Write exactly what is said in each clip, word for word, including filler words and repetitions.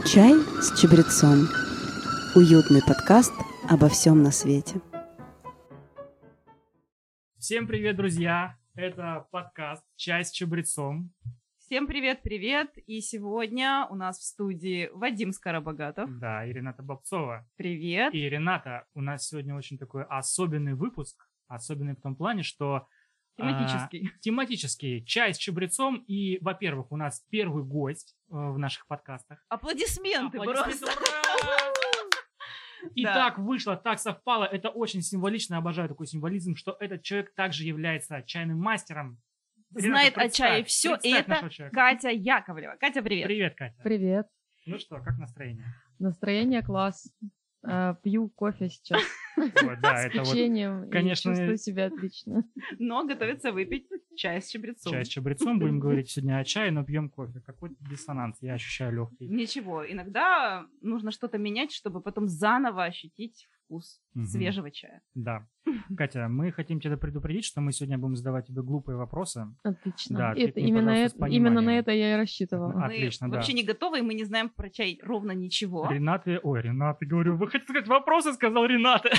Чай с чабрецом. Уютный подкаст обо всем на свете. Всем привет, друзья! Это подкаст «Чай с чабрецом». Всем привет-привет! И сегодня у нас в студии Вадим Скоробогатов. Да, и Рената Бобцова. Привет! И Рената, у нас сегодня очень такой особенный выпуск. Особенный в том плане, что... Тематический. А, тематический. Чай с чабрецом. И, во-первых, у нас первый гость э, в наших подкастах. Аплодисменты, Аплодисменты, просто! ура! И Да. так вышло, так совпало. Это очень символично. Обожаю такой символизм, что этот человек также является чайным мастером. Знает Рената, о чае представь, все. И представь это нашего человека. Катя Яковлева. Катя, привет! Привет, Катя. Привет. Ну что, как настроение? Настроение класс. А, пью кофе сейчас Вот, да, с это вот печеньем конечно, и чувствую себя отлично. Но готовится выпить чай с чабрецом. чай с чабрецом. Будем говорить сегодня о чае, но пьем кофе. Какой-то диссонанс, я ощущаю легкий. Ничего, иногда нужно что-то менять, чтобы потом заново ощутить вкус Мгм. свежего чая. Да. Катя, мы хотим тебя предупредить, что мы сегодня будем задавать тебе глупые вопросы. Отлично. Да, Это, ты к ним, именно, пожалуйста, с это, именно на пониманием. это я и рассчитывала. А, Отлично, мы да. вообще не готовы, и мы не знаем про чай ровно ничего. Ренаты, ой, Ренаты, говорю, вы хотите сказать вопросы, сказал Рената.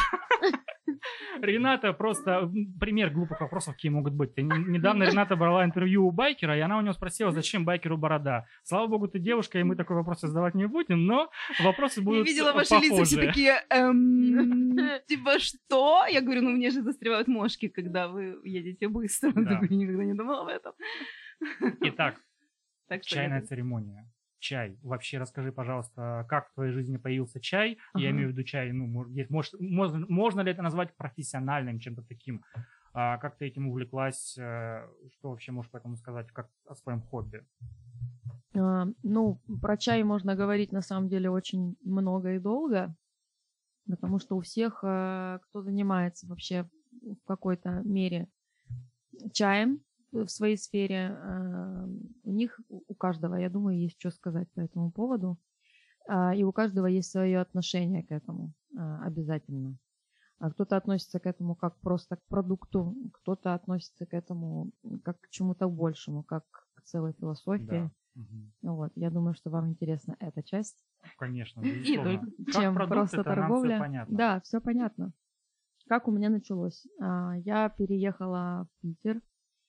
Рената просто м, пример глупых вопросов, какие могут быть. Ты не- Недавно Рената брала интервью у байкера, и она у него спросила, зачем байкеру борода. Слава богу, ты девушка, и мы такой вопрос задавать не будем, но вопросы Я будут видела э, ваши лица, все похожие. такие, эм, типа, что? Я говорю, ну мне же застревают мошки, когда вы едете быстро. Да. Такой, никогда не думала об этом. Итак, Так что чайная я- церемония. Чай. Вообще расскажи, пожалуйста, как в твоей жизни появился чай? Ага. Я имею в виду чай, ну, мож- есть- может, можно, можно ли это назвать профессиональным чем-то таким? А, как ты этим увлеклась? Э, Что вообще можешь по этому сказать, как о своем хобби? А, ну, про чай можно говорить на самом деле очень много и долго, потому что у всех, а, кто занимается вообще в какой-то мере чаем в своей сфере, а, у них, у у каждого, я думаю, есть что сказать по этому поводу. А, И у каждого есть свое отношение к этому а, обязательно. А кто-то относится к этому как просто к продукту, кто-то относится к этому как к чему-то большему, как к целой философии. Да. Мгм. Вот, я думаю, что вам интересна эта часть, Конечно, безусловно. Как чем продукт, просто это нам всё торговля. понятно. Да, все понятно. Как у меня началось? А, Я переехала в Питер.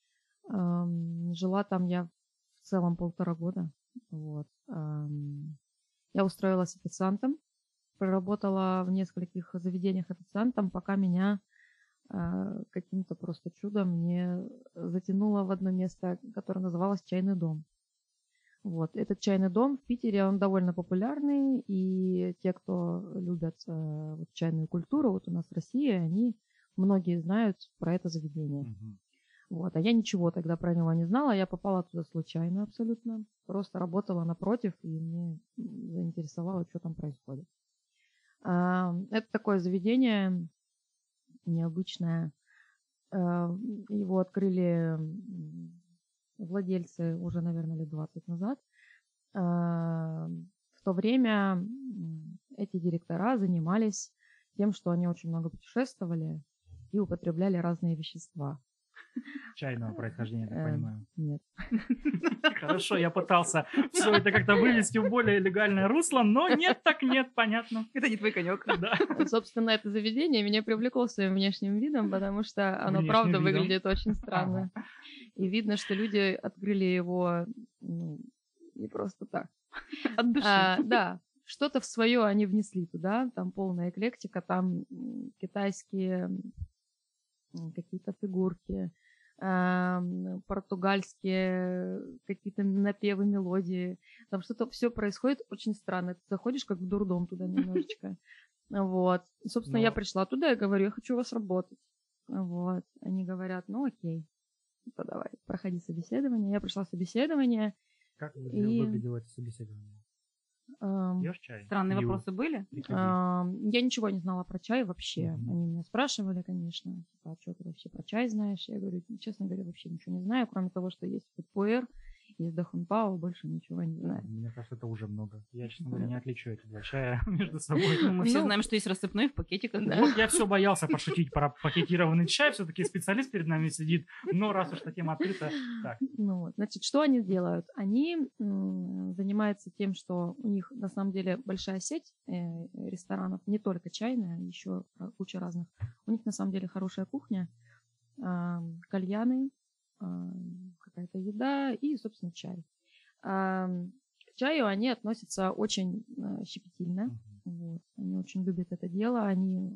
Ам, Жила там я в целом полтора года. Вот. Ам, Я устроилась официантом, проработала в нескольких заведениях официантом, пока меня а, каким-то просто чудом не затянуло в одно место, которое называлось «Чайный дом». Вот. Этот чайный дом в Питере, он довольно популярный, и те, кто любят э, вот чайную культуру, вот у нас в России, они, многие знают про это заведение. Мгм. Вот. А я ничего тогда про него не знала, я попала туда случайно абсолютно, просто работала напротив, и мне м, заинтересовало, что там происходит. А, Это такое заведение необычное. А, Его открыли м, владельцы уже, наверное, лет двадцать назад. А, В то время м, эти директора занимались тем, что они очень много путешествовали и употребляли разные вещества. Чайного происхождения, я так Эм, понимаю. Нет. Хорошо, я пытался все это как-то вывести в более легальное русло, но нет, так нет, понятно. Это не твой конек. Да. Собственно, это заведение меня привлекло своим внешним видом, потому что оно Внешним правда видом? выглядит очень странно. И видно, что люди открыли его ну, не просто так. От души. А, да, что-то в свое они внесли туда, там полная эклектика, там м, китайские м, какие-то фигурки, ам, португальские какие-то напевы, мелодии. Там что-то все происходит очень странно. Ты заходишь как в дурдом туда немножечко. Вот. И, собственно, Но- я пришла туда и говорю, я хочу у вас работать. Вот. Они говорят, ну окей, то давай, проходи собеседование. Я пришла в собеседование. Как вы- И- выглядело это собеседование? ам, Пьешь чай? Странные Пью. вопросы были? Приходи. ам, Я ничего не знала про чай вообще. Мгм. Они меня спрашивали, конечно, типа, а что ты вообще про чай знаешь? Я говорю, честно говоря, вообще ничего не знаю, кроме того, что есть пуэр есть дахунпао, больше ничего не знаю. Мне кажется, это уже много. Я, честно говоря, не отличу эти два чая между собой. Ну, мы все Ну, знаем, что есть рассыпной в пакетиках. да. Вот я все боялся пошутить про пакетированный чай, все-таки специалист перед нами сидит, но раз уж таким открыто, так. Ну, вот. Значит, что они делают? Они м, занимаются тем, что у них на самом деле большая сеть э, ресторанов, не только чайная, еще куча разных. У них на самом деле хорошая кухня, э, кальяны, э, какая-то еда и, собственно, чай. А, к чаю они относятся очень э, щепетильно. Вот. Они очень любят это дело. Они,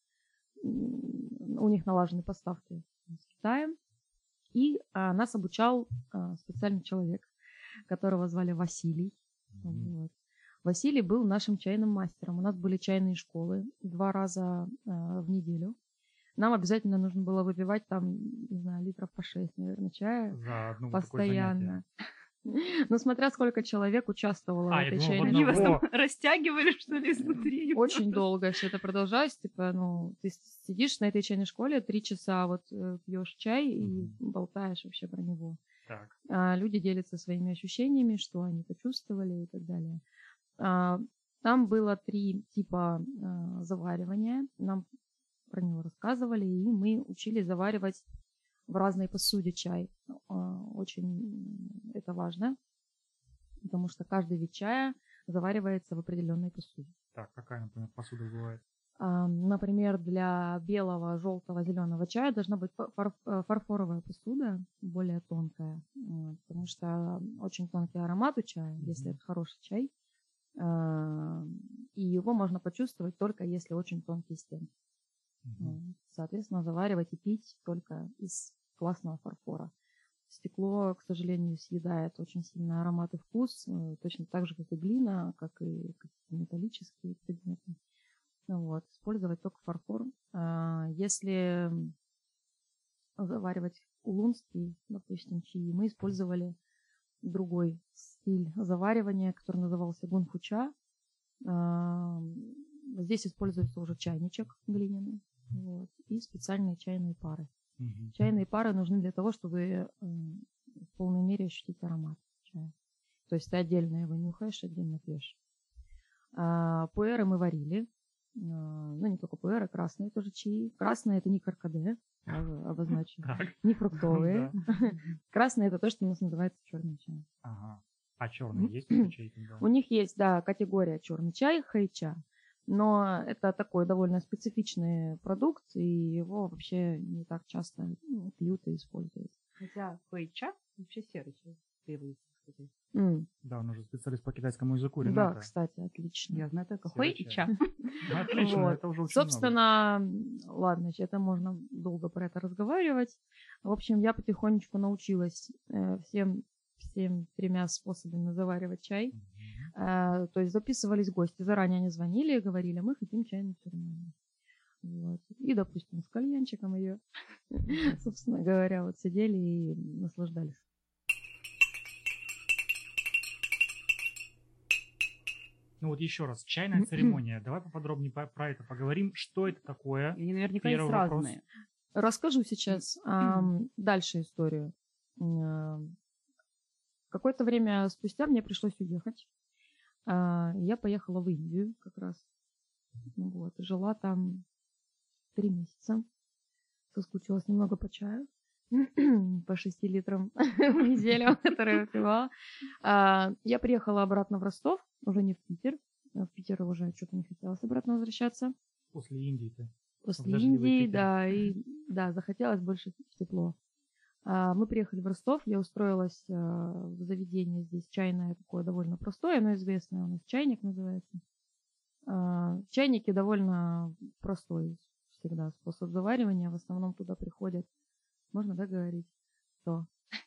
у них налажены поставки с Китаем. И а, нас обучал а, специальный человек, которого звали Василий. Mm-hmm. Вот. Василий был нашим чайным мастером. У нас были чайные школы два раза а, в неделю. Нам обязательно нужно было выпивать там, не знаю, литров по шесть, наверное, чая. За одно постоянно. Ну, смотря сколько человек участвовало а, в этой думал, чайной Они вас О. там растягивали, что ли, изнутри? Очень долго все это продолжалось. Типа, ну, ты сидишь на этой чайной школе, три часа вот пьешь чай и Mm-hmm. болтаешь вообще про него. Так. А, люди делятся своими ощущениями, что они почувствовали и так далее. А, там было три типа а, заваривания. Нам про него рассказывали, и мы учились заваривать в разной посуде чай. А, очень это важно, потому что каждый вид чая заваривается в определенной посуде. Так, какая, например, посуда бывает? А, например, для белого, желтого, зеленого чая должна быть фар- фарфоровая посуда, более тонкая, вот, потому что очень тонкий аромат у чая, mm-hmm. если это хороший чай, а, и его можно почувствовать только если очень тонкие стенки. Mm-hmm. Соответственно, заваривать и пить только из классного фарфора. Стекло, к сожалению, съедает очень сильный аромат и вкус, точно так же, как и глина, как и металлические предметы. Вот. Использовать только фарфор. Если заваривать улунский, допустим, чаи, мы использовали другой стиль заваривания, который назывался гунфуча. Здесь используется уже чайничек глиняный, вот, и специальные чайные пары. Mm-hmm. Чайные пары нужны для того, чтобы в полной мере ощутить аромат чая. То есть ты отдельно его нюхаешь, отдельно пьешь. А, пуэры мы варили. А, ну, не только пуэры, красные тоже чаи. Красные — это не каркаде, обозначим, не фруктовые. Красные — это то, что у нас называется черный чай. Ага. А черный есть чай? У них есть, да, категория черный чай, хэйча. Но это такой довольно специфичный продукт, и его вообще не так часто ну, пьют и используют. Хотя хэйча вообще серый чай переводится, кстати. Mm. Да, он уже специалист по китайскому языку, Рената. Да, кстати, отлично. Я знаю только хэйча. Отлично, это уже очень Собственно, ладно, это можно долго про это разговаривать. В общем, я потихонечку научилась всем всем тремя способами заваривать чай. Mm-hmm. А, то есть записывались гости, заранее они звонили и говорили, мы хотим чайную церемонию. Вот. И, допустим, с кальянчиком ее, mm-hmm. собственно говоря, вот сидели и наслаждались. Ну вот еще раз, чайная церемония. Давай поподробнее про это поговорим. Что это такое? И наверняка есть разные. Расскажу сейчас mm-hmm. дальше историю. Какое-то время спустя мне пришлось уехать. Я поехала в Индию как раз. Вот. Жила там три месяца. Соскучилась немного по чаю. По шести литрам в неделю, которые я выпивала. Я приехала обратно в Ростов, уже не в Питер. В Питер уже что-то не хотелось обратно возвращаться. После Индии-то? После Индии, да. И да, захотелось больше в тепло. Мы приехали в Ростов, я устроилась в заведение здесь чайное, такое довольно простое, но известное у нас, чайник называется. Чайники довольно простой всегда способ заваривания, в основном туда приходят, можно, да, говорить, кто?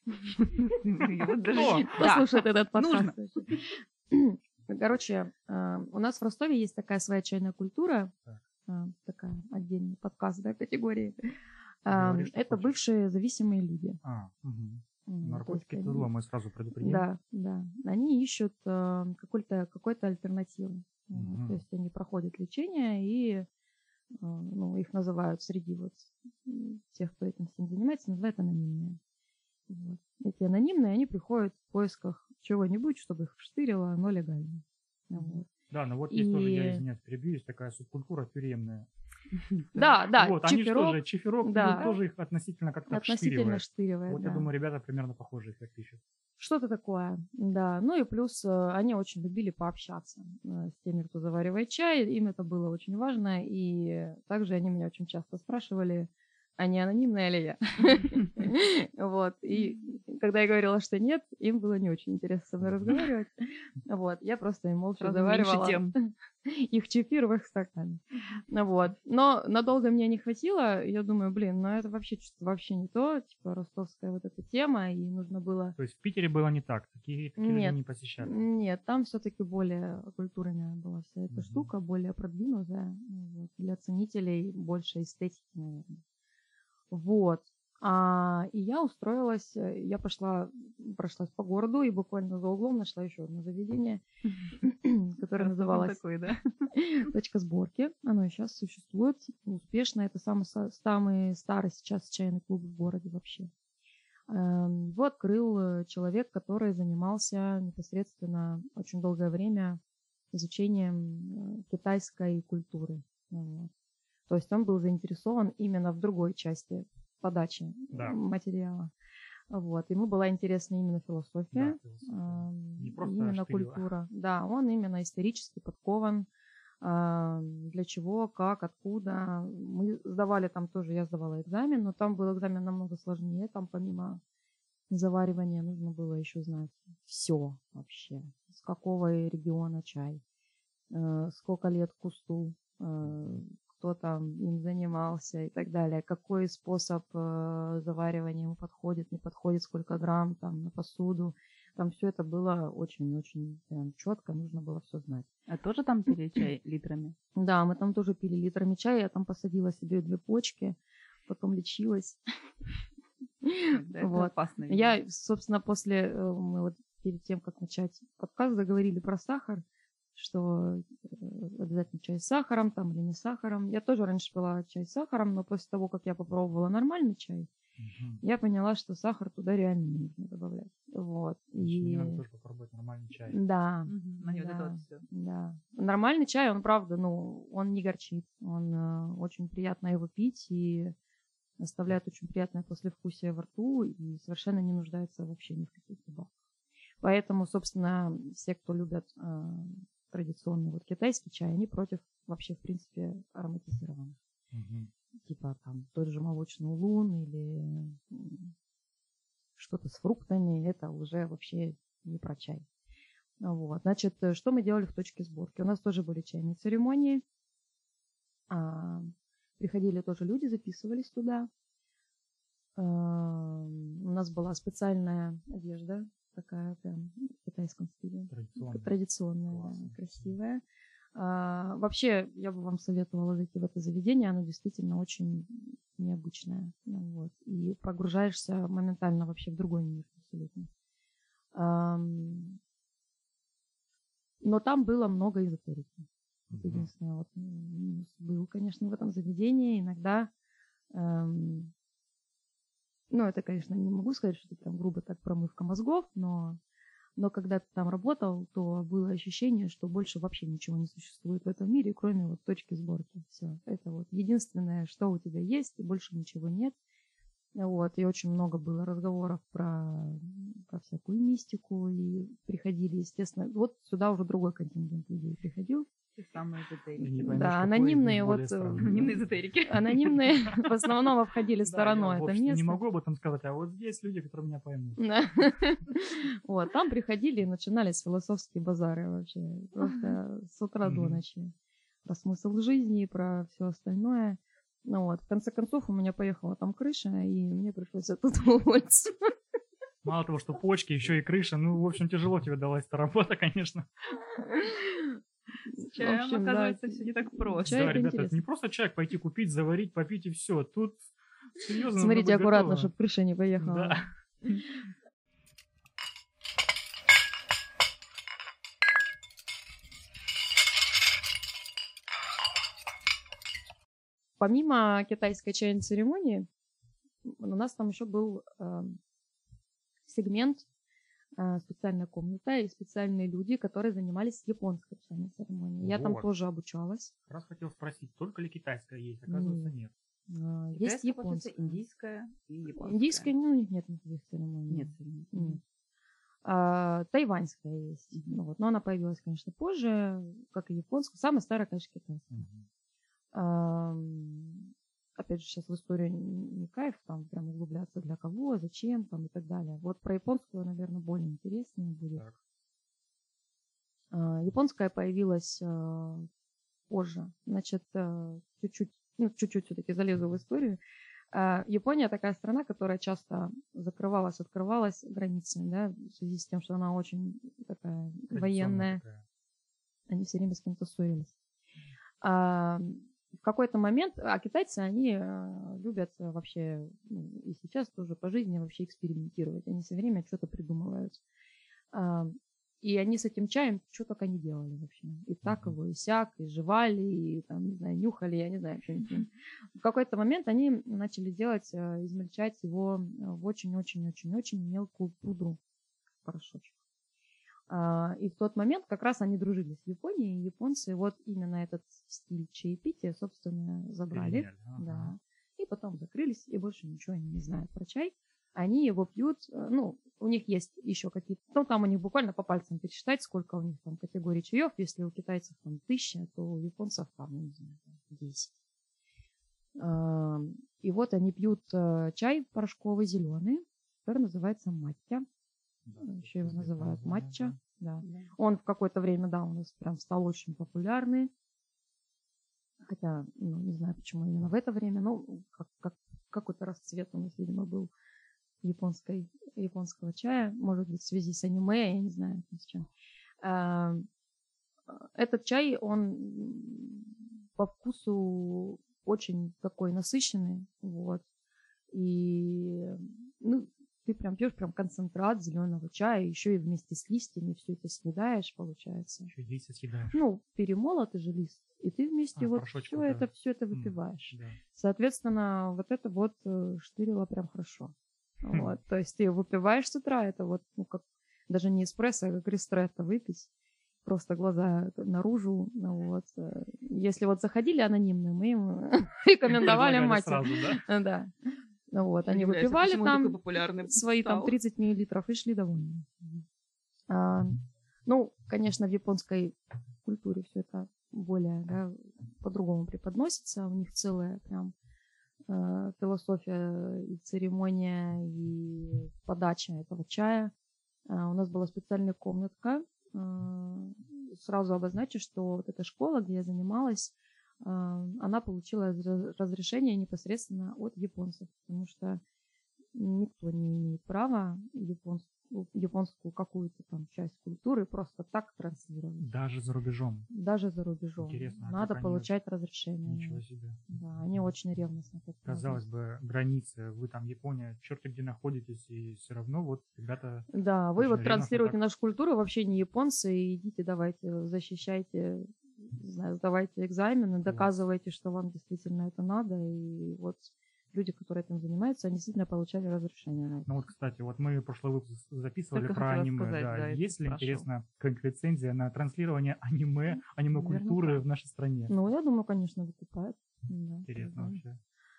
Послушает этот подкаст. Короче, у нас в Ростове есть такая своя чайная культура, такая отдельный подкаст, да, категории. Говоришь, это хочешь. Бывшие зависимые люди. А, угу. Наркотики это зло, мы сразу предупредим. Да, да. Они ищут э, какой-то, какой-то альтернативу. Угу. То есть они проходят лечение, и э, ну, их называют среди вот тех, кто этим всем занимается, называют анонимные. Вот. Эти анонимные, они приходят в поисках чего-нибудь, чтобы их вштырило, но легально. Вот. Да, но вот И- есть тоже, я извиняюсь, перебью, есть такая субкультура тюремная. Да, да, Вот, они чиферок что же, чиферок, да. ну, тоже их относительно как-то относительно вштыривает. штыривает, Вот да. я думаю, ребята примерно похожие, как ищут. Что-то такое, да. Ну и плюс э, они очень любили пообщаться э, с теми, кто заваривает чай. Им это было очень важно. И также они меня очень часто спрашивали, а не анонимная ли я. Вот. И когда я говорила, что нет, им было не очень интересно со мной разговаривать. Вот. Я просто им молча Сразу меньше заваривала тем. их чефир в их стакане. Вот. Но надолго мне не хватило. Я думаю, блин, ну это вообще что-то вообще не то. Типа ростовская вот эта тема. И нужно было... То есть в Питере было не так, такие, такие люди Нет. не посещали. Нет, там все-таки более культурная была вся эта Мгм. штука, более продвинутая. Ну, вот. Для ценителей больше эстетики, наверное. Вот. А, и я устроилась, э, я пошла, прошлась по городу и буквально за углом нашла еще одно заведение, которое называлось Такой, да? «Точка сборки». Оно и сейчас существует успешно. Это самый, са- самый старый сейчас чайный клуб в городе вообще. Эм, Его открыл э, человек, который занимался непосредственно очень долгое время изучением э, китайской культуры. Ну вот. То есть он был заинтересован именно в другой части подачи Да. э, материала. Вот. Ему была интересна именно философия, Да, философия. эм, Не просто именно штырила. культура. Да, он именно исторически подкован. эм, Для чего, как, откуда. Мы сдавали там тоже, я сдавала экзамен, но там был экзамен намного сложнее. Там помимо заваривания нужно было еще знать все вообще. С какого региона чай, э, сколько лет кусту, э, кто там им занимался и так далее, какой способ э, заваривания ему подходит, не подходит, сколько грамм там на посуду. Там все это было очень-очень прям четко, нужно было все знать. А тоже там пили чай литрами? Да, мы там тоже пили литрами чая, я там посадила себе две почки, потом лечилась. Да, это Вот. опасно. видимо. Я, собственно, после, э, мы вот перед тем, как начать подкаст, заговорили про сахар, что э, обязательно чай с сахаром там или не с сахаром. Я тоже раньше пила чай с сахаром, но после того, как я попробовала нормальный чай, Мгм. я поняла, что сахар туда реально не нужно добавлять. Вот. Значит, мне И надо тоже попробовать нормальный чай. да, Мгм. А не вот это да, вот всё. да. Нормальный чай, он правда, ну, он не горчит, он э, очень приятно его пить и оставляет очень приятное послевкусие во рту и совершенно не нуждается вообще ни в каких добавках. Поэтому, собственно, все, кто любят э, традиционный вот китайский чай, они против вообще, в принципе, ароматизированных. Мгм. Типа там тот же молочный улун или м, что-то с фруктами, это уже вообще не про чай. Вот. Значит, э, что мы делали в точке сборки? У нас тоже были чайные церемонии. А, приходили тоже люди, записывались туда. А, у нас была специальная одежда, такая прям в китайском стиле. Традиционно. Традиционная, Классно. да, красивая. А, вообще, я бы вам советовала зайти в это заведение. Оно действительно очень необычное. Ну, вот. И погружаешься моментально вообще в другой мир абсолютно. Ам, но там было много эзотерики. Это Мгм. единственное, вот, минус был, конечно, в этом заведении. Иногда, эм, ну, это, конечно, не могу сказать, что это прям грубо так промывка мозгов, но, но когда ты там работал, то было ощущение, что больше вообще ничего не существует в этом мире, кроме вот точки сборки. Все. Это вот единственное, что у тебя есть, и больше ничего нет. Вот. И очень много было разговоров про, про всякую мистику, и приходили, естественно, вот сюда уже другой контингент людей приходил. Те самые И эзотерики. не поймешь, Да, какой из них анонимные более вот, странный. э, Анонимные эзотерики. Анонимные в основном обходили Да, стороной я в это обществе место. не могу об этом сказать, а вот здесь люди, которые меня поймут. Да. Вот, там приходили и начинались философские базары вообще. Просто с утра до Мгм. ночи. Про смысл жизни, про все остальное. Ну вот, в конце концов, у меня поехала там крыша, и мне пришлось оттуда уволиться. Мало того, что почки, еще и крыша. Ну, в общем, тяжело тебе далась эта работа, конечно. С В чаем, общем, да, оказывается, все не так просто. чай Да, это ребята, это интересно. не просто чай пойти купить, заварить, попить и все. Тут серьезно Смотрите надо быть аккуратно, готовым. чтобы крыша не поехала. Да. Помимо китайской чайной церемонии, у нас там еще был эм, сегмент, э, специальная комната и специальные люди, которые занимались японской чайной церемонией. Я там Вот. тоже обучалась. Как раз хотел спросить, только ли китайская есть? Оказывается, Нет. нет. Э, Есть Китайская, получается, японская. индийская и японская. Индийской, ну, у них нет никаких церемоний. Нет церемоний. Нет. А, тайваньская есть. Мгм. Ну, вот, но она появилась, конечно, позже, как и японская. Самая старая, конечно, китайская. Мгм. Ам, Опять же, сейчас в историю не не кайф, там прям углубляться для кого, зачем там и так далее. Вот про японскую, наверное, более интереснее будет. Так. А, Японская появилась а, позже. Значит, а, чуть-чуть, ну, чуть-чуть все-таки залезу в историю. А, Япония такая страна, которая часто закрывалась, открывалась границами, да, в связи с тем, что она очень такая Традиционная военная. такая. Они все время с кем-то ссорились. А, в какой-то момент, а китайцы, они э, любят э, вообще, ну, и сейчас тоже по жизни вообще экспериментировать. Они все время что-то придумывают. А, и они с этим чаем что только не делали вообще. И так Мгм. его, и сяк, и жевали, и там, не знаю, нюхали, я не знаю, что-нибудь. В какой-то момент они начали делать, э, измельчать его э, в очень-очень-очень-очень мелкую пудру, порошочек. А, И в тот момент как раз они дружили с Японией, и японцы вот именно этот стиль чаепития, собственно, забрали. Переняли. Ага. Да. И потом закрылись, и больше ничего они не знают про чай. Они его пьют, э, ну, у них есть еще какие-то, ну, там у них буквально по пальцам пересчитать, сколько у них там категорий чаев. Если у китайцев там тысяча, то у японцев там, ну, не знаю, десять. А, И вот они пьют э, чай порошковый зеленый, который называется маття. Да, Еще его известное называют название, матча. Да. Да. Он в какое-то время, да, у нас прям стал очень популярный. Хотя, ну, не знаю, почему именно в это время, но как, как, какой-то расцвет у нас, видимо, был японской, японского чая. Может быть, в связи с аниме, я не знаю, с чем. А, Этот чай, он м, по вкусу очень такой насыщенный. Вот. И, ну, ты прям пьешь прям концентрат зеленого чая, еще и вместе с листьями все это съедаешь, получается. Еще и листья съедаешь. Ну, перемолотый же лист, и ты вместе А, вот порошочком, все да. это, все это М, выпиваешь. Да. Соответственно, вот это вот э, штырило прям хорошо. Хм. Вот. То есть ты выпиваешь с утра, это вот, ну, как даже не эспрессо, а как ристретто выпить. Просто глаза наружу. Ну, вот. э, Если вот заходили анонимные, мы им рекомендовали Предлагали мать. сразу, да? Да. Ну вот, они Удивляюсь, а выпивали почему он такой там популярный свои там стал? тридцать миллилитров и шли довольны. А, ну, конечно, в японской культуре все это более, да, по-другому преподносится. У них целая прям э, философия и церемония, и подача этого чая. А, у нас была специальная комнатка. А, сразу обозначу, что вот эта школа, где я занималась, а, она получила раз- разрешение непосредственно от японцев, потому что никто не имеет права японскую, японскую какую-то там часть культуры просто так транслировать. Даже за рубежом. Даже за рубежом. Интересно, а Надо как они- получать разрешение. Ничего себе. Да, они очень ревностно к этому Казалось относятся. бы, границы. Вы там Япония, черт где находитесь, и все равно вот ребята... Да, вы очень вот ревностно транслируете так. нашу культуру, вообще не японцы, и идите, давайте, защищайте, не знаю, сдавайте экзамены, доказывайте, что вам действительно это надо, и вот люди, которые этим занимаются, они действительно получали разрешение на это. Ну вот, кстати, вот мы прошлый выпуск записывали Только про хотела аниме. сказать, да. да, это Есть ли, спрашивала. интересно, какая-нибудь лицензия на транслирование аниме, аниме-культуры Наверняка. в нашей стране? Ну, я думаю, конечно, выкупают. Да, Интересно да. вообще.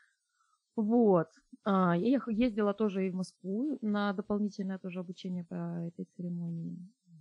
Вот. А, я ех- ездила тоже и в Москву на дополнительное тоже обучение по этой церемонии.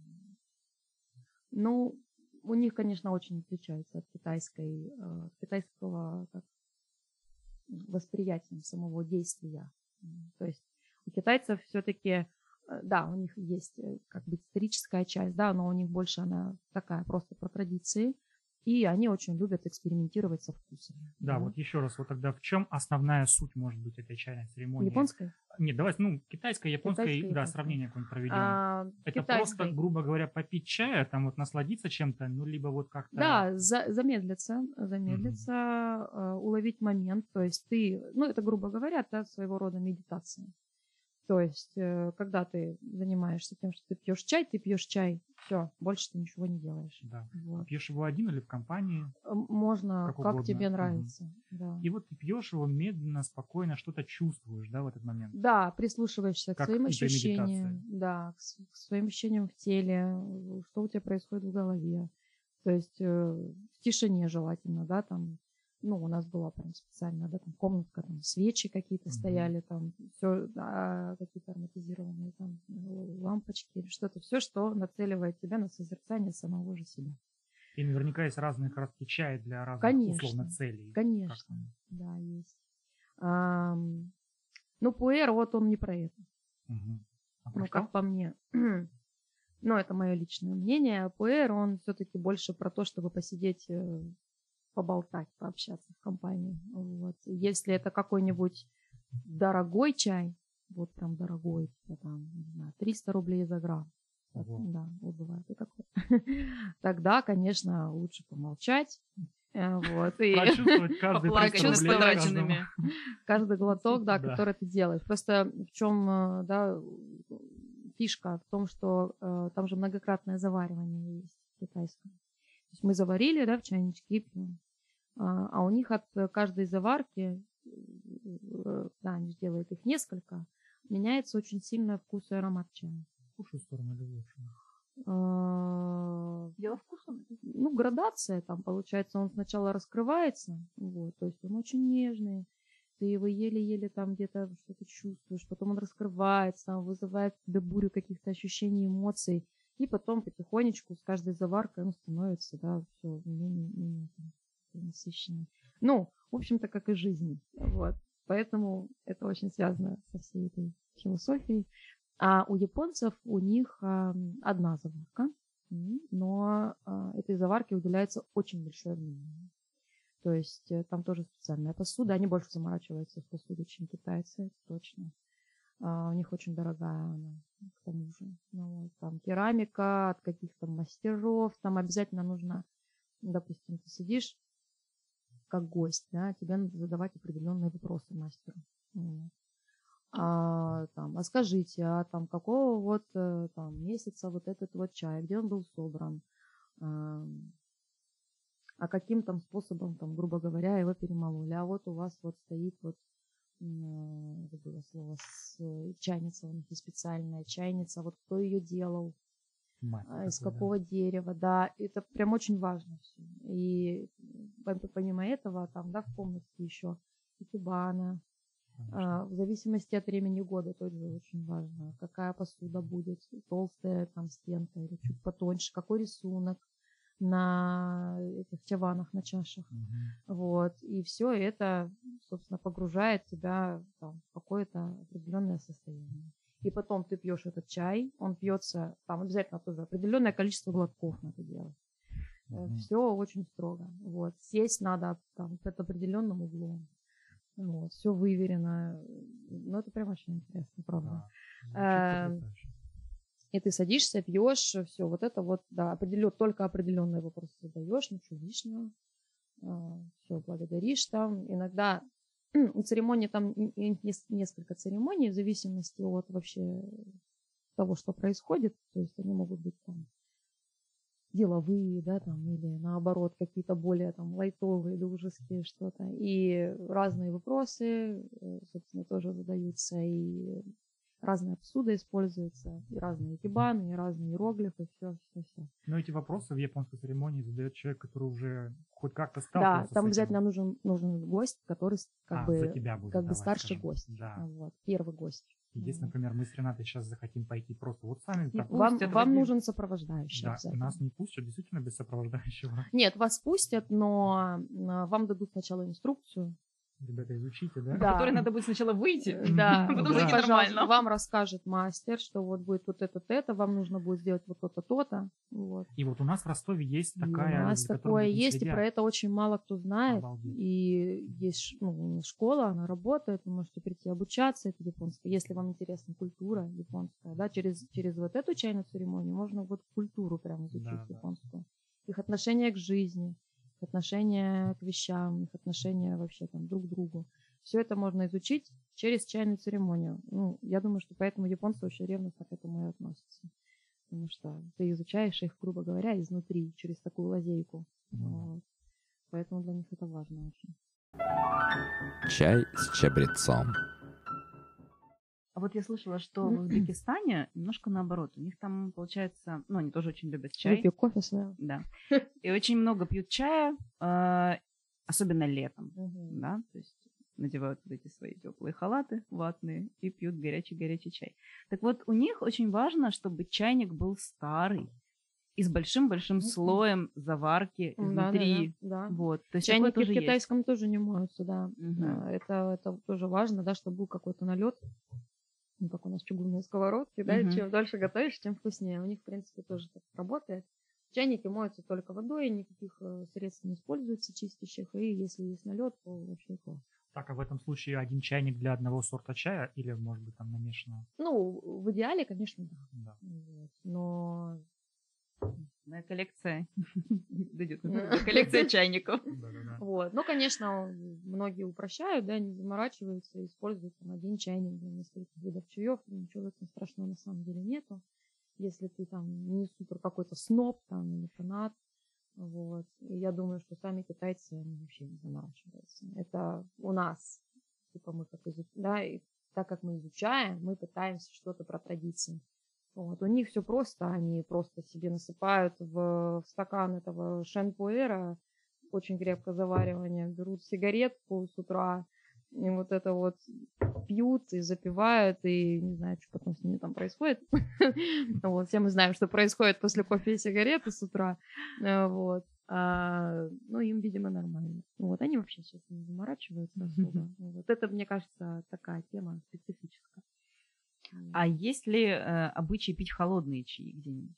Ну, у них, конечно, очень отличается от китайской, э, от китайского как, восприятия самого действия. М, То есть у китайцев все-таки, да, у них есть э, как бы историческая часть, да, но у них больше она такая просто про традиции. И они очень любят экспериментировать со вкусом. Да, вот еще раз, вот тогда в чем основная суть может быть этой чайной церемонии? Японской? Нет, давай, ну, китайская, японская, Китайская, да, японская. сравнение какое-нибудь проведем. А, Это китайской. просто, грубо говоря, попить чая, там вот насладиться чем-то, ну, либо вот как-то... Да, за- замедлиться, замедлиться, э, уловить момент. То есть ты, ну, это, грубо говоря, это своего рода медитация. То есть, э, когда ты занимаешься тем, что ты пьешь чай, ты пьешь чай Все, больше ты ничего не делаешь. Да. Вот. Пьешь его один или в компании? М, Можно, Как как, угодно. тебе Мгм. нравится. Да. И вот ты пьешь его медленно, спокойно, что-то чувствуешь, да, в этот момент. Да, прислушиваешься к Как своим и при ощущениям, медитации. да, к, с- к своим ощущениям в теле, э, что у тебя происходит в голове. То есть э, в тишине желательно, да, там, ну, у нас была прям специально, да, там комнатка, там свечи какие-то Мгм. стояли, там все, какие-то ароматизированные там э, лампочки или что-то, все, что нацеливает тебя на созерцание самого же себя. И наверняка есть разные как раз чаи для разных Конечно, условно целей. Как Конечно, там? да, есть. Ам, ну, пуэр, вот он не про это. Мгм. А про Ну, что? как по мне. Ну, это мое личное мнение. А пуэр, он все-таки больше про то, чтобы посидеть, э, поболтать, пообщаться в компании. Вот. Если это какой-нибудь дорогой чай, вот прям дорогой, типа там, не знаю, триста рублей за грамм. Вот, Ого. да, вот бывает и такое. Тогда, конечно, лучше помолчать. э, Вот, и Прочувствовать каждый Поплакать триста над рублей потраченными. каждый глоток, да, Да. который ты делаешь. Просто в чем, э, да, фишка в том, что э, там же многократное заваривание есть в китайском. То есть мы заварили, да, в чайничке и пьем. А, а у них от каждой заварки, э, да, они же делают их несколько, меняется очень сильно вкус и аромат чая. В худшую сторону или в лучшую? А, Дело вкуса. ну, градация там, получается, он сначала раскрывается, вот, то есть он очень нежный, ты его еле-еле там где-то что-то чувствуешь, потом он раскрывается, он вызывает в тебе бурю каких-то ощущений, эмоций, и потом потихонечку с каждой заваркой он становится, да, все менее, менее там, насыщенный. Ну, в общем-то, как и жизнь, вот, поэтому это очень связано со всей этой философией. А у японцев у них а, одна заварка, м, но а, этой заварке уделяется очень большое внимание. То есть э, там тоже специальная посуда. Они больше заморачиваются с посудой, чем китайцы, это точно. А, у них очень дорогая она, к тому же. Ну, вот, там керамика от каких-то мастеров. Там обязательно нужно, допустим, ты сидишь как гость, да, тебе надо задавать определенные вопросы мастеру. Вот. А, там, а скажите, а там какого вот э, там месяца вот этот вот чай, где он был собран, а, а каким там способом, там, грубо говоря, его перемололи. А вот у вас вот стоит вот, м, забыла слово, с, э, чайница, у них есть специальная чайница, вот кто ее делал, Мать а, из такой, да. какого дерева, да, это прям очень важно все. И пом- помимо этого, там, да, в комнатке еще икебана. Конечно. А, В зависимости от времени года тоже очень важно, какая посуда будет, толстая там стенка или чуть потоньше, какой рисунок на этих чаванах, на чашах. Мгм. Вот. И все это, собственно, погружает тебя там, в какое-то определенное состояние. И потом ты пьешь этот чай, он пьется, там обязательно тоже определенное количество глотков надо делать. Мгм. Все очень строго. Вот. Сесть надо там, под определенным углом. Вот, все выверено. Ну, это прям очень интересно, правда. Да. Звучит Эм, потрясающе. И ты садишься, пьешь, все, вот это вот, да, определен, только определенные вопросы задаешь, ничего лишнего. Все, благодаришь там. Иногда у церемонии там н- н- нес- несколько церемоний в зависимости от вообще того, что происходит. То есть они могут быть там деловые, да, там, или наоборот, какие-то более там лайтовые, дружеские что-то. И разные вопросы, э, собственно, тоже задаются, и разная посуда используется, и разные кибаны, и разные иероглифы, все, все, все. Но эти вопросы в японской церемонии задает человек, который уже хоть как-то Да, сталкивался там с обязательно этим. нужен, нужен гость, который с- как А, бы, за тебя будет как бы давать, старший скажем. гость. Да. Вот, первый гость. И если, Вот. например, мы с Ренатой сейчас захотим пойти просто вот сами, И так, пусть Вам, это вам один. нужен сопровождающий. да, обязательно. нас не пустят, действительно без сопровождающего. Нет, вас пустят, но а, вам дадут сначала инструкцию. Ребята, изучите, да? Да. Который надо будет сначала выйти, Да, а потом Да. зайти пожалуйста, нормально. вам расскажет мастер, что вот будет вот это, это, вам нужно будет сделать вот то-то, то-то. Вот. И вот у нас в Ростове есть И такая... у нас за которой такое за этим есть, и следят. про это очень мало кто знает. Обалдеть. И есть ш- ну, школа, она работает, вы можете прийти обучаться, это японское. Если вам интересна культура японская, да, через, через вот эту чайную церемонию можно вот культуру прям изучить Да, да. японскую. Их отношение к жизни, их отношение к вещам, их отношение вообще там друг к другу. Все это можно изучить через чайную церемонию. Ну, я думаю, что поэтому японцы очень ревностно к этому и относятся. потому что ты изучаешь их, грубо говоря, изнутри, через такую лазейку. Ну да. Вот. Поэтому для них это важно очень. Чай с чабрецом. А вот я слышала, что М-м. в Узбекистане немножко наоборот. У них там, получается, ну, они тоже очень любят чай. Выпью кофе своего. Да. И очень много пьют чая, э, особенно летом, Мгм. да, то есть надевают вот эти свои теплые халаты ватные и пьют горячий-горячий чай. Так вот, у них очень важно, чтобы чайник был старый и с большим-большим Мгм. слоем заварки Да, изнутри. да, да. Вот. То есть такое Чайники тоже в есть. китайском тоже не моются, да. Мгм. А, Это, это тоже важно, да, чтобы был какой-то налет. Ну, как у нас чугунные сковородки, да, и Мгм. чем дольше готовишь, тем вкуснее. У них, в принципе, тоже так работает. Чайники моются только водой, никаких э, средств не используется чистящих, и если есть налет, то вообще класс. Так, а в этом случае один чайник для одного сорта чая или, может быть, там намешано? Ну, в идеале, конечно, да. Да. Вот. Но Моя коллекция дойдет. Коллекция чайников. Да-да-да. вот. Ну, конечно, многие упрощают, да, не заморачиваются, используют там один чайник для нескольких видов чаев. Ничего в этом страшного на самом деле нету. Если ты там не супер какой-то сноб там или фанат. Вот. И я думаю, что сами китайцы, они вообще не заморачиваются. Это у нас, типа мы как изучаем, да, и так как мы изучаем, мы пытаемся что-то про традиции. Вот. У них все просто, они просто себе насыпают в, в стакан этого шенпуэра, очень крепко заваривания, берут сигаретку с утра, и вот это вот пьют и запивают, и не знаю, что потом с ними там происходит. Вот, все мы знаем, что происходит после кофе и сигареты с утра. Э, Вот. А, ну, им, видимо, нормально. Вот, они вообще сейчас не заморачиваются особо. Вот. Это, мне кажется, такая тема специфическая. А есть ли э, обычай пить холодные чаи где-нибудь?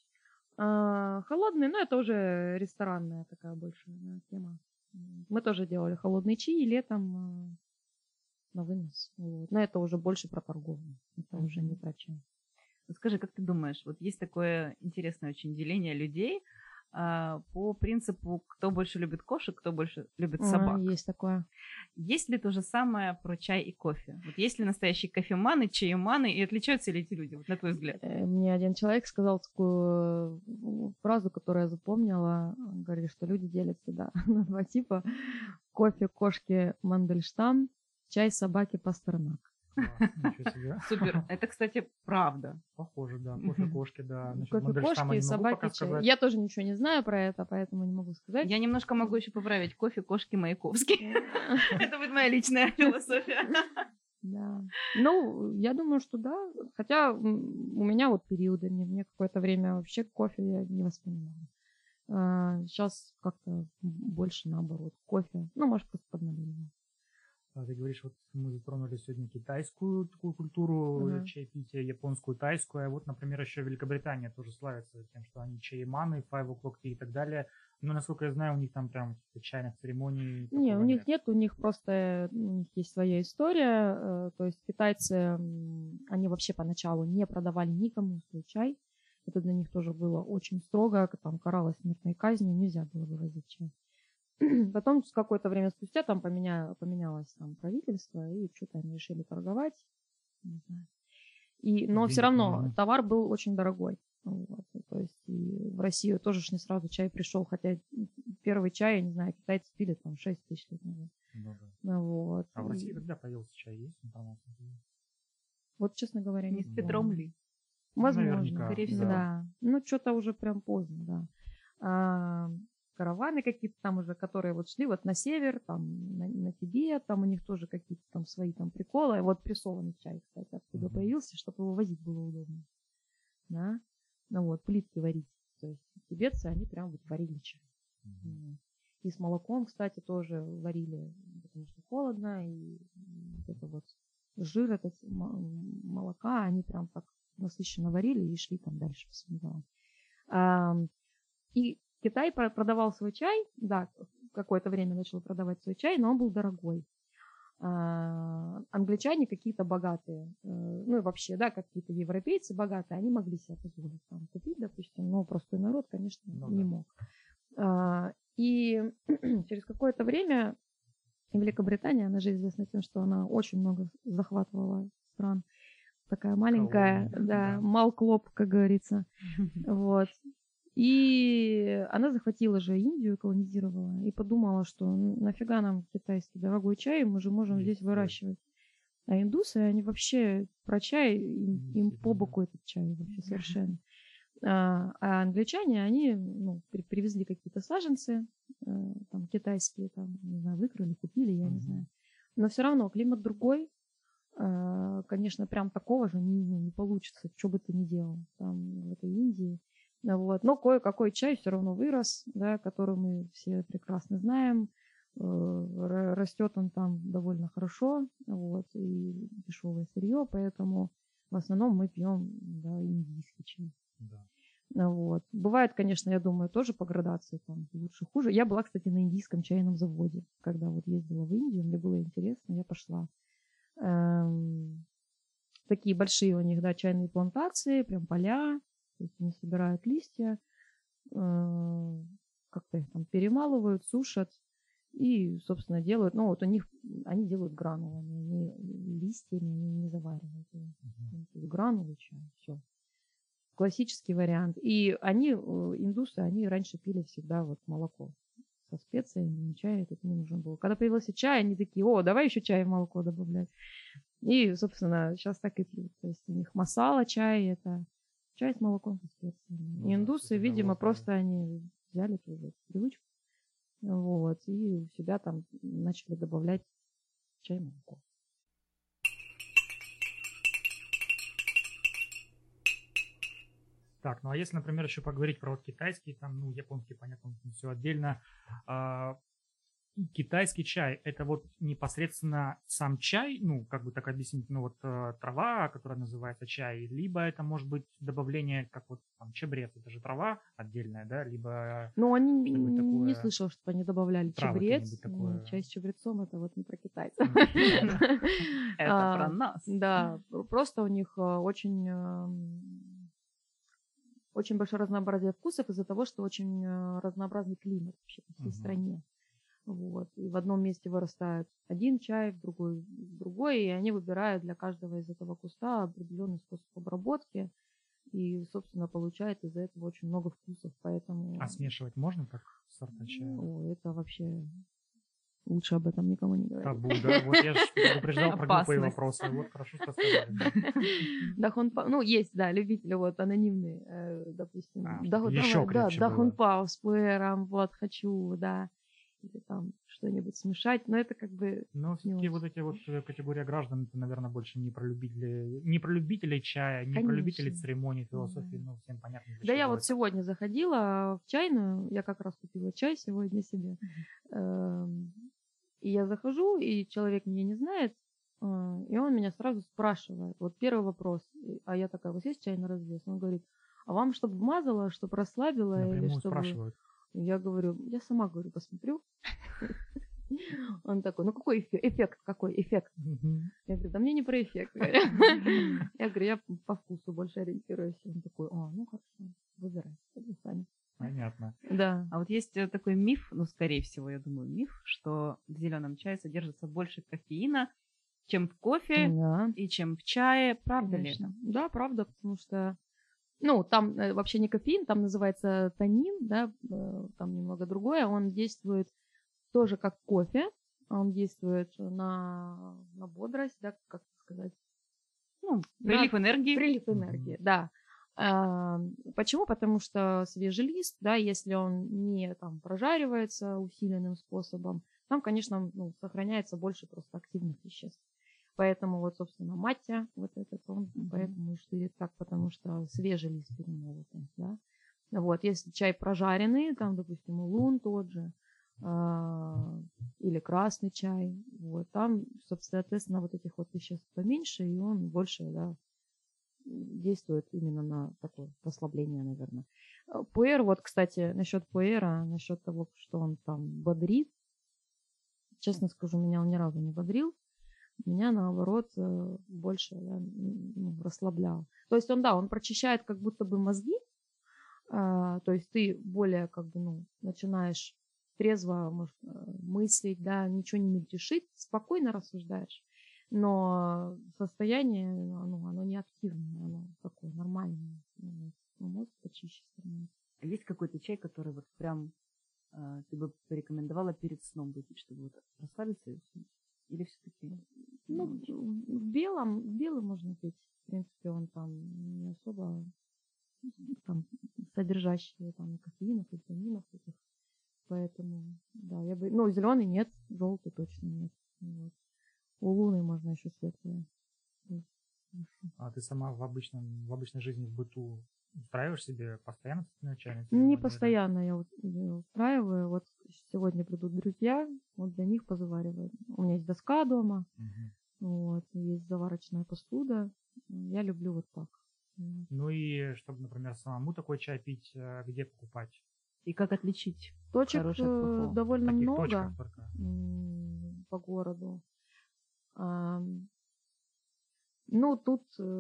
А, холодные, ну, это уже ресторанная такая большая да, тема. Мы тоже делали холодные чаи летом а, на вынос. Вот. Но это уже больше про торговлю. Это уже не про чай. Скажи, как ты думаешь, вот есть такое интересное очень деление людей а, по принципу, кто больше любит кошек, кто больше любит собак. А, есть такое. Есть ли то же самое про чай и кофе? Вот есть ли настоящие кофеманы, чаеманы, и отличаются ли эти люди, вот на твой взгляд? Э, Мне один человек сказал такую э, фразу, которую я запомнила. Он говорит, что люди делятся, да, на два типа. Кофе, кошки, Мандельштам, чай, собаки, Пастернак. Класс, ничего себе. Супер. Это, кстати, правда. Похоже, да. Кофе, кошки, да. Насчет Кофе, Мандельштама кошки, не могу пока собаки, чай. сказать. Я тоже ничего не знаю про это, поэтому не могу сказать. Я немножко могу еще поправить. Кофе, кошки, Маяковский. Это будет моя личная философия. Да. Ну, я думаю, что да. Хотя м, у меня вот периодами, мне какое-то время вообще кофе я не воспринимала. А, сейчас как-то больше наоборот. Кофе. Ну, может, просто поднавление. А ты говоришь, вот мы затронули сегодня китайскую такую культуру Ага. чаепития, японскую, тайскую, а вот, например, еще Великобритания тоже славится тем, что они чаеманы, five o'clock tea и так далее. Но, насколько я знаю, у них там прям каких-то чайных церемоний. Не, такого у них нет, у них просто у них есть своя история. э, То есть китайцы, м, они вообще поначалу не продавали никому свой чай. Это для них тоже было очень строго, там каралось смертной казнью, нельзя было вывозить чай. Потом с какое-то время спустя там поменя- поменялось там правительство, и что-то они решили торговать. Не знаю. И, но все Денег равно много. товар был очень дорогой. Вот. И То есть и в Россию тоже ж не сразу чай пришел, хотя первый чай, я не знаю, китайцы пили там шесть тысяч лет назад. Ну да. Ну Вот. А в И России когда появился чай? Есть информация? вот, честно говоря, Не не с Петром помню. ли? Возможно. Наверняка, Скорее всего. Да. Ну, что-то уже прям поздно, да. А, караваны какие-то там уже, которые вот шли вот на север, там на, на Тибет, там у них тоже какие-то там свои там приколы. Вот прессованный чай, кстати, откуда Мгм. появился, чтобы его возить было удобно. Да. Ну вот, плитки варить. То есть тибетцы, они прям вот варили чай. Мгм. Вот. И с молоком, кстати, тоже варили, потому что холодно, и вот это вот жир этот м- молока, они прям так насыщенно варили и шли там дальше по своим делам. Ам, И Китай про- продавал свой чай, да, какое-то время начал продавать свой чай, но он был дорогой. А, Англичане какие-то богатые, э, ну и вообще, да, какие-то европейцы богатые, они могли себе позволить там купить, допустим, но простой народ, конечно, Ну не да. мог. А, И через какое-то время Великобритания, она же известна тем, что она очень много захватывала стран, такая маленькая, Колония, да, да. Малклоп, как говорится. Вот. И она захватила же Индию, колонизировала, и подумала, что нафига нам китайский дорогой чай, мы же можем Есть здесь свой. выращивать. А индусы, они вообще про чай, им, им по боку этот чай вообще совершенно. А, а англичане, они ну, при- привезли какие-то саженцы, э, там китайские, там, не знаю, выкрали, купили, я не Мгм. знаю. Но все равно климат другой. А, конечно, прям такого же не, ну, не получится, что бы ты ни делал там в этой Индии. Ну вот. Но кое-какой чай все равно вырос, да, который мы все прекрасно знаем. Э, ра- Растет он там довольно хорошо, вот, и дешевое сырье, поэтому в основном мы пьем, да, индийский чай. Да. Ну вот. Бывает, конечно, я думаю, тоже по градации там лучше, хуже. Я была, кстати, на индийском чайном заводе, когда вот ездила в Индию, мне было интересно, я пошла. Эм, Такие большие у них, да, чайные плантации, прям поля, то есть они собирают листья, э, как-то их там перемалывают, сушат и, собственно, делают, ну вот у них, они делают гранулами, они листьями они не заваривают. его. Мгм. То есть гранулы чай, все. Классический вариант. И они, э, индусы, они раньше пили всегда вот молоко со специями, чай этот не нужен был. Когда появился чай, они такие, о, давай еще чай в молоко добавлять. И, собственно, сейчас так и пьют. То есть у них масала чай, это чай с молоком со специями. Ну И да, индусы, кстати, да, видимо, вот, да. просто они взяли тоже эту привычку, вот, и у себя там начали добавлять чай и молоко. Так, ну а если, например, еще поговорить про вот китайский, там, ну, японский, понятно, все отдельно. А, китайский чай, это вот непосредственно сам чай, ну, как бы так объяснить, ну, вот э, трава, которая называется чай, либо это может быть добавление, как вот там чабрец, это же трава отдельная, да, либо Но они что-нибудь не такое, слышал, чтобы они добавляли травы чабрец. какие-нибудь такое. Нет, чай с чабрецом это вот не про китайцев. М, Это А, про нас. Да, пр- просто у них а, очень эм, очень большое разнообразие вкусов из-за того, что очень э, разнообразный климат вообще по всей Мгм. стране. Вот. И в одном месте вырастает один чай, в другой другой, и они выбирают для каждого из этого куста определенный способ обработки. И, собственно, получается из-за этого очень много вкусов. Поэтому А смешивать можно так сорта чая? ну, это вообще лучше об этом никому не говорить. Табу, да? Вот я же предупреждал про глупые Опасность. вопросы. Вот хорошо, что сказали. да. Дахунпао, ну, есть, да, любители вот анонимные, э, допустим. А, Да, чтобы давай, еще да, крепче было. Дахунпао с пуэром, вот, хочу, да. Или там что-нибудь смешать, но это как бы Но не все-таки очень. вот эти вот э, категория граждан, это, наверное, больше не про любителей, не про любителей чая, не про любителей Конечно. церемоний, философии, Да. ну, всем понятно. для Да, я чего вот это. сегодня заходила в чайную, я как раз купила чай сегодня себе. Эм, И я захожу, и человек меня не знает, а, и он меня сразу спрашивает. Вот первый вопрос, и- а я такая, у вас есть чай на развес? Он говорит, а вам чтобы вмазало, чтобы расслабило, или Напрямую чтобы... спрашивают. Я говорю, я сама, говорю, посмотрю. Он такой, ну какой эффект? Эффект какой? Эффект. Мгм. Я говорю, да мне не про эффект. Я говорю, я по вкусу больше ориентируюсь. Он такой, а, ну хорошо, выбирай, тогда сами. Понятно. Да. А вот есть э, такой миф, ну, скорее всего, я думаю, миф, что в зеленом чае содержится больше кофеина, чем в кофе Да, и чем в чае. Правда ли конечно. это? Да, правда, потому что, ну, там э, вообще не кофеин, там называется танин, да, э, там немного другое. Он действует тоже как кофе, он действует на, на бодрость, да, как сказать, Ну, на прилив энергии. прилив Мгм. энергии, да. А, Почему? Потому что свежий лист, да, если он не там прожаривается усиленным способом, там, конечно, ну, сохраняется больше просто активных веществ. Поэтому вот, собственно, маття, вот этот он, Мгм. поэтому и штырит так, потому что свежий лист перемолотый, да. Вот, если чай прожаренный, там, допустим, улун тот же, а, или красный чай, вот, там, собственно, соответственно, вот этих вот веществ поменьше, и он больше, да, действует именно на такое расслабление, наверное. Э, Пуэр, вот, кстати, насчет пуэра, насчет того, что он там бодрит, честно скажу, меня он ни разу не бодрил, меня, наоборот, э, больше да, м, ну, расслаблял. То есть он, да, он прочищает как будто бы мозги, а, то есть ты более как бы, ну, начинаешь трезво может, э, мыслить, да, ничего не мельтешит, спокойно рассуждаешь. Но состояние, ну, оно не активное, оно такое нормальное. Ну, мозг почище становится. А есть какой-то чай, который вот прям э, ты бы порекомендовала перед сном выпить, чтобы вот расслабиться и уснуть? Или все-таки? Ну, в белом, в белый можно пить. В принципе, он там не особо там, содержащий там кофеинов, витаминов этих. Поэтому, да, я бы... Ну, зеленый нет, желтый точно нет. Вот. У луны можно еще светлые. А ты сама в обычном, в обычной жизни, в быту устраиваешь себе постоянно чайный? Не постоянно я вот устраиваю. Вот сегодня придут друзья, вот для них позавариваю. У меня есть доска дома, Угу. вот, есть заварочная посуда. Я люблю вот так. Ну и чтобы, например, самому такой чай пить, где покупать? И как отличить Точек хороший от плохого? довольно Таких много точках только. по городу. А, ну, тут,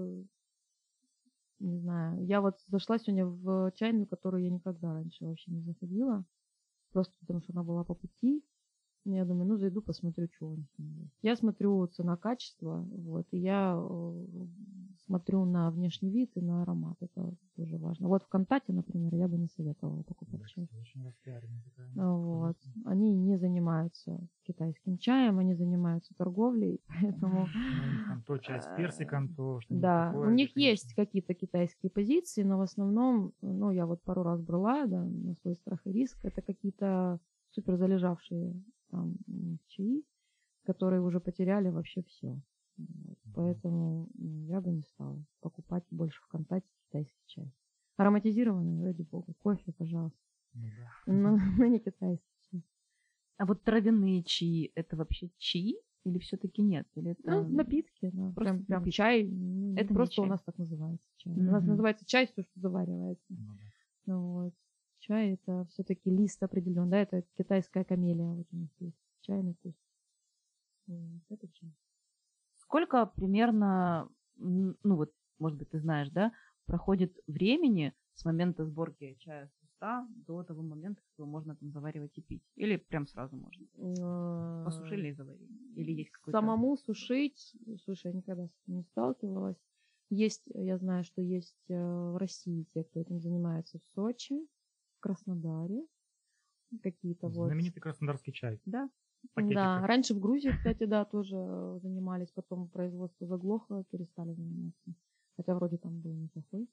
не знаю, я вот зашла сегодня в чайную, которую я никогда раньше вообще не заходила, просто потому что она была по пути. Я думаю, ну, зайду, посмотрю, что у них там есть. Я смотрю цена-качество, вот, и я смотрю на внешний вид и на аромат, это тоже важно. Вот в ВКонтакте, например, я бы не советовала покупать Да, чай. очень распиаренная такая. Вот. Они не занимаются китайским чаем, они занимаются торговлей, поэтому... Ну, у них там то чай с персиком, то что-нибудь Да, такое. у них конечно. есть какие-то китайские позиции, но в основном, ну, я вот пару раз брала, да, на свой страх и риск, это какие-то супер залежавшие там чаи, которые уже потеряли вообще все. Вот. Поэтому ну, я бы не стала покупать больше ВКонтакте китайский чай. Ароматизированный, ради бога, кофе, пожалуйста. Ну, да. Но, но не китайский чай. А вот травяные чаи, это вообще чаи или все-таки нет? Или это... Ну, напитки, да. Просто Прям, прям напитки. чай. Ну, Это не просто чай. у нас так называется чай. Мгм. У нас называется чай все, что заваривается. Ну, да. Ну, вот. Чай это все-таки лист определенный, да, это китайская камелия, вот у них есть чайный куст. Вот, это чай. Сколько примерно, м, ну вот, может быть, ты знаешь, да, проходит времени с момента сборки чая с куста до того момента, как его можно там заваривать и пить? Или прям сразу можно? Посушили и заварили? Или есть какой-то... Самому сушить, слушай, я никогда с этим не сталкивалась. Есть, я знаю, что есть э, в России те, кто этим занимается в Сочи, в Краснодаре, какие-то вот. Знаменитый краснодарский чай. Да. в пакетиках. Да, раньше в Грузии, кстати, да, тоже э, занимались, потом производство заглохло, перестали заниматься. Хотя вроде там был неплохой.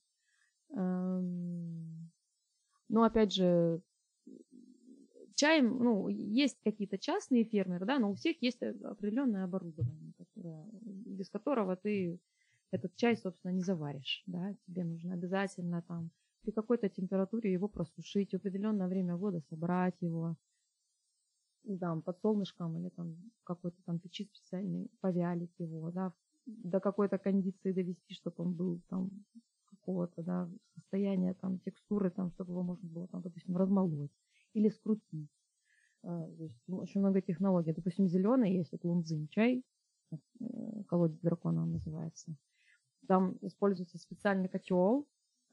Эм, Но опять же, чай, ну, есть какие-то частные фермеры, да, но у всех есть определенное оборудование, которое, без которого ты этот чай, собственно, не заваришь, да, тебе нужно обязательно там при какой-то температуре его просушить, в определенное время года собрать его, там, под солнышком или там какой-то там печи специальный, повялить его, да, до какой-то кондиции довести, чтобы он был там какого-то, да, состояния, там, текстуры, там, чтобы его можно было, там, допустим, размолоть или скрутить. А, то есть очень много технологий. Допустим, зеленый есть, вот лунзин чай, колодец дракона он называется. Там используется специальный котел,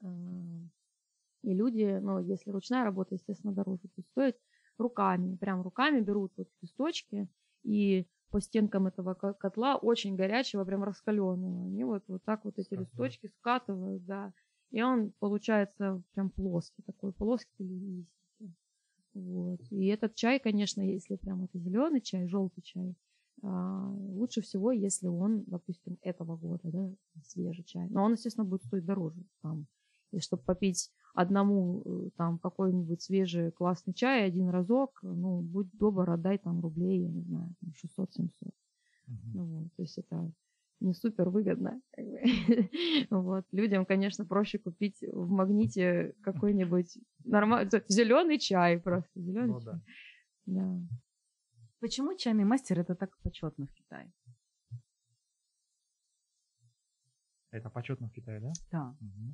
и люди, ну, если ручная работа, естественно, дороже будет стоить, руками, прям руками берут вот листочки, и по стенкам этого котла очень горячего, прям раскаленного. Они вот, вот так вот эти Скатывают. листочки скатывают, да. И он получается прям плоский, такой плоский листики. Вот. И этот чай, конечно, если прям это зеленый чай, желтый чай, а, лучше всего, если он, допустим, этого года, да, свежий чай. Но он, естественно, будет стоить дороже. Там. И чтобы попить одному там какой-нибудь свежий классный чай один разок, ну, будь добр, отдай там рублей, я не знаю, шестьсот-семьсот. Мгм. Ну, вот, то есть это не супер выгодно. как бы. Вот. Людям, конечно, проще купить в магните какой-нибудь нормальный зеленый чай просто. Зеленый Ну, чай. да. Да. Почему чайный мастер это так почетно в Китае? Это почетно в Китае, да? Да. Мгм.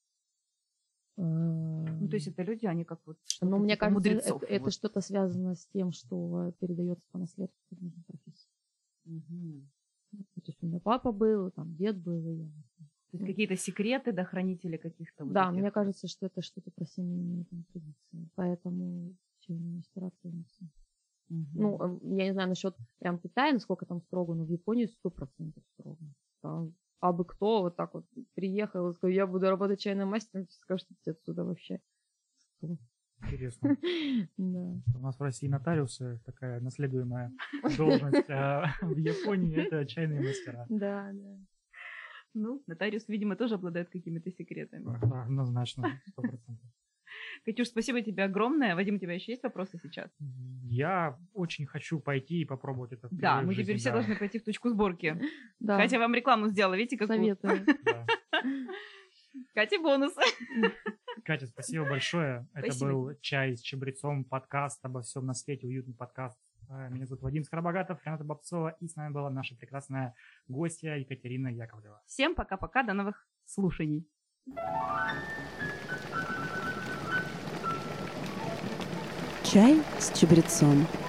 Ну, то есть это люди, они как вот что-то Ну, мне типа кажется, мудрецов. это, это вот. что-то связано с тем, что передается по наследству как нужна профессия. Мгм. То есть у меня папа был, там дед был, и я. То есть какие-то секреты, да, хранители каких-то вот Да, этих- мне кажется, что это что-то про семейные там, традиции. Поэтому чайные мастера ценятся. Мгм. Ну, э, я не знаю насчет прям Китая, насколько там строго, но в Японии сто процентов строго. Там абы кто вот так вот приехал и сказал, я буду работать чайным мастером, скажут, идти отсюда вообще. Интересно. Да. У нас в России нотариусы, такая наследуемая должность, а в Японии это чайные мастера. Да, да. Ну, нотариус, видимо, тоже обладает какими-то секретами. Однозначно, сто процентов. Катюш, спасибо тебе огромное. Вадим, у тебя еще есть вопросы сейчас? Я очень хочу пойти и попробовать это. Да, впервые в мы жизни, теперь все да. должны пойти в точку сборки. Да, Катя вам рекламу сделала, видите, какую? советую. Да. Катя бонус. Катя, спасибо большое. Это Спасибо. был «Чай с чабрецом», подкаст обо всем на свете, уютный подкаст. А, Меня зовут Вадим Скоробогатов, Рената Бобцова, и с нами была наша прекрасная гостья Екатерина Яковлева. Всем пока-пока, до новых слушаний. Чай с чабрецом.